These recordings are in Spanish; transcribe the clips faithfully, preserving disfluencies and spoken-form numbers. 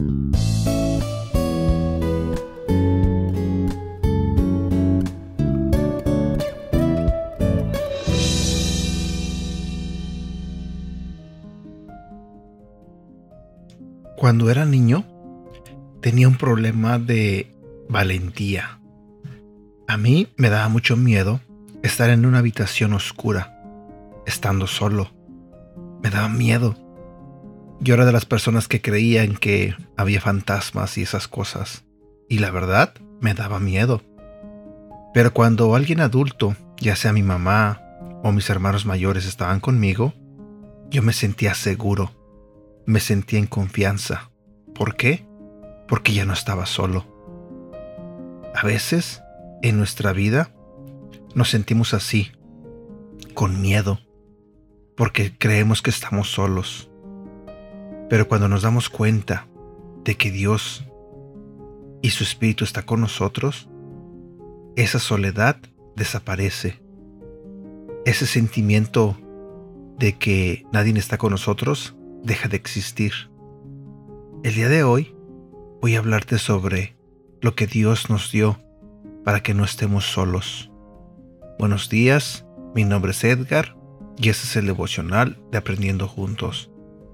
Cuando era niño, tenía un problema de valentía. A mí me daba mucho miedo estar en una habitación oscura, estando solo. Me daba miedo. Yo era de las personas que creían que había fantasmas y esas cosas. Y la verdad, me daba miedo. Pero cuando alguien adulto, ya sea mi mamá o mis hermanos mayores, estaban conmigo, yo me sentía seguro. Me sentía en confianza. ¿Por qué? Porque ya no estaba solo. A veces, en nuestra vida, nos sentimos así, con miedo, porque creemos que estamos solos. Pero cuando nos damos cuenta de que Dios y su Espíritu está con nosotros, esa soledad desaparece. Ese sentimiento de que nadie está con nosotros deja de existir. El día de hoy voy a hablarte sobre lo que Dios nos dio para que no estemos solos. Buenos días, mi nombre es Edgar y este es el devocional de Aprendiendo Juntos.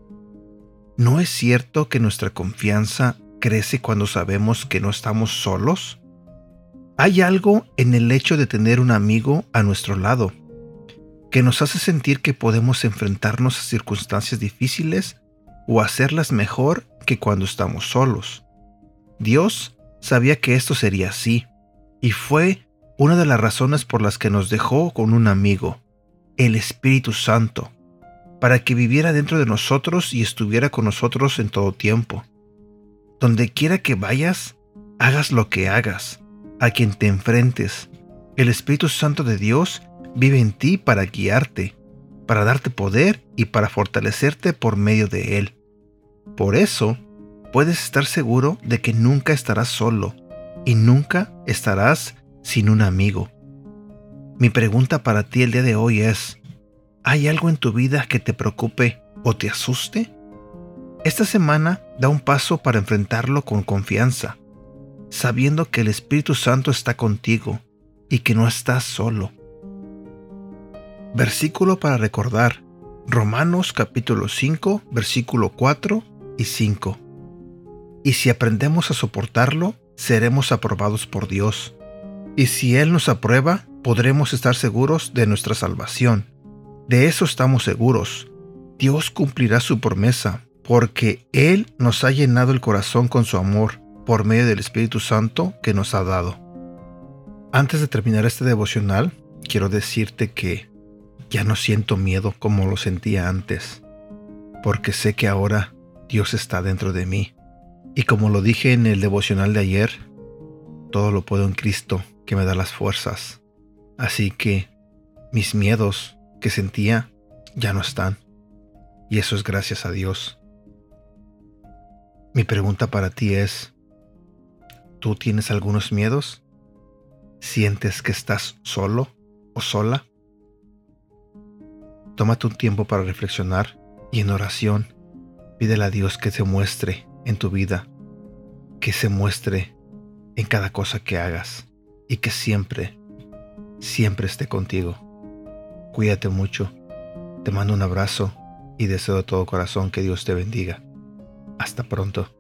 ¿No es cierto que nuestra confianza crece cuando sabemos que no estamos solos? Hay algo en el hecho de tener un amigo a nuestro lado que nos hace sentir que podemos enfrentarnos a circunstancias difíciles o hacerlas mejor que cuando estamos solos. Dios sabía que esto sería así, y fue una de las razones por las que nos dejó con un amigo, el Espíritu Santo, para que viviera dentro de nosotros y estuviera con nosotros en todo tiempo. Donde quiera que vayas, hagas lo que hagas, a quien te enfrentes, el Espíritu Santo de Dios vive en ti para guiarte, para darte poder y para fortalecerte por medio de Él. Por eso, puedes estar seguro de que nunca estarás solo y nunca estarás sin un amigo. Mi pregunta para ti el día de hoy es: ¿hay algo en tu vida que te preocupe o te asuste? Esta semana da un paso para enfrentarlo con confianza, sabiendo que el Espíritu Santo está contigo y que no estás solo. Versículo para recordar: Romanos capítulo cinco, versículo cuatro y cinco. Y si aprendemos a soportarlo, seremos aprobados por Dios. Y si Él nos aprueba, podremos estar seguros de nuestra salvación. De eso estamos seguros. Dios cumplirá su promesa, porque Él nos ha llenado el corazón con su amor, por medio del Espíritu Santo que nos ha dado. Antes de terminar este devocional, quiero decirte que ya no siento miedo como lo sentía antes, porque sé que ahora Dios está dentro de mí. Y como lo dije en el devocional de ayer, todo lo puedo en Cristo que me da las fuerzas. Así que mis miedos que sentía ya no están. Y eso es gracias a Dios. Mi pregunta para ti es: ¿tú tienes algunos miedos? ¿Sientes que estás solo o sola? Tómate un tiempo para reflexionar y en oración pídele a Dios que se muestre en tu vida, que se muestre en cada cosa que hagas y que siempre, siempre esté contigo. Cuídate mucho. Te mando un abrazo y deseo de todo corazón que Dios te bendiga. Hasta pronto.